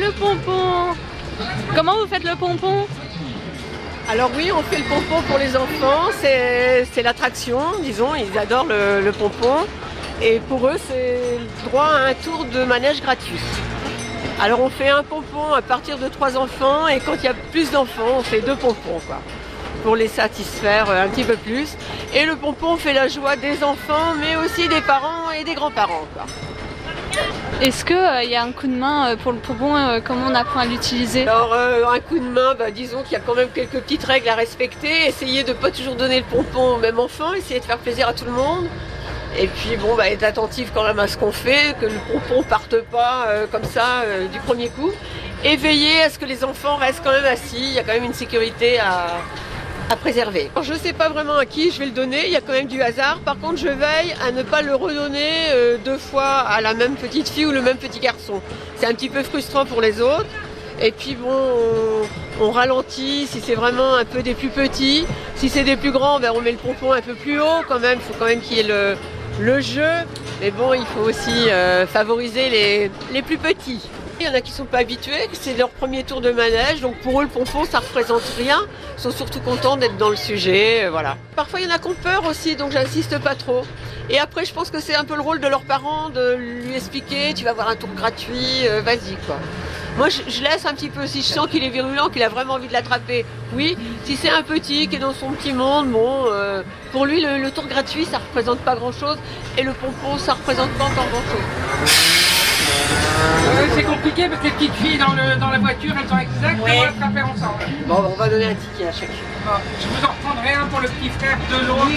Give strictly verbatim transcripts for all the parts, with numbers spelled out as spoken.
le pompon. Comment vous faites le pompon? Alors oui, on fait le pompon pour les enfants, c'est l'attraction, disons, ils adorent le, le pompon. Et pour eux, c'est droit à un tour de manège gratuit. Alors on fait un pompon à partir de trois enfants et quand il y a plus d'enfants, on fait deux pompons, quoi, pour les satisfaire un petit peu plus. Et le pompon fait la joie des enfants, mais aussi des parents et des grands-parents, quoi. Est-ce qu'il euh, y a un coup de main pour le pompon, euh, comment on apprend à l'utiliser? Alors euh, un coup de main, bah, disons qu'il y a quand même quelques petites règles à respecter. Essayez de ne pas toujours donner le pompon au même enfant, essayez de faire plaisir à tout le monde. Et puis bon, bah, être attentif quand même à ce qu'on fait, que le pompon ne parte pas euh, comme ça euh, du premier coup. Et veillez à ce que les enfants restent quand même assis, il y a quand même une sécurité à... à préserver. Alors, je ne sais pas vraiment à qui je vais le donner, il y a quand même du hasard. Par contre, je veille à ne pas le redonner euh, deux fois à la même petite fille ou le même petit garçon. C'est un petit peu frustrant pour les autres. Et puis bon, on, on ralentit si c'est vraiment un peu des plus petits. Si c'est des plus grands, ben, on met le pompon un peu plus haut quand même. Il faut quand même qu'il y ait le, le jeu. Mais bon, il faut aussi euh, favoriser les, les plus petits. Il y en a qui ne sont pas habitués, c'est leur premier tour de manège, donc pour eux le pompon ça ne représente rien, ils sont surtout contents d'être dans le sujet, voilà. Parfois il y en a qui ont peur aussi, donc j'insiste pas trop. Et après je pense que c'est un peu le rôle de leurs parents de lui expliquer, tu vas avoir un tour gratuit, euh, vas-y quoi. Moi je, je laisse un petit peu, si je sens qu'il est virulent, qu'il a vraiment envie de l'attraper, oui. Si c'est un petit qui est dans son petit monde, bon, euh, pour lui le, le tour gratuit ça ne représente pas grand chose, et le pompon ça ne représente pas encore grand chose. Euh, c'est compliqué parce que les petites filles dans, le, dans la voiture, elles sont exactement ouais. attrapées ensemble. Bon, on va donner un ticket à chacune. Bon, je vous en reprendrai un pour le petit frère de l'autre.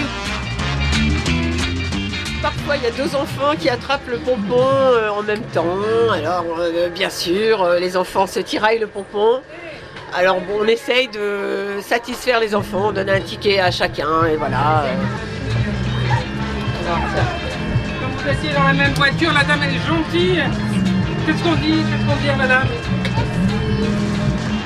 Parfois, il y a deux enfants qui attrapent le pompon euh, en même temps. Alors, euh, bien sûr, euh, les enfants se tiraillent le pompon. Alors, bon, on essaye de satisfaire les enfants, on donne un ticket à chacun, et voilà. Alors, comme vous étiez dans la même voiture, la dame elle est gentille. Qu'est-ce qu'on dit? Qu'est-ce qu'on dit à madame?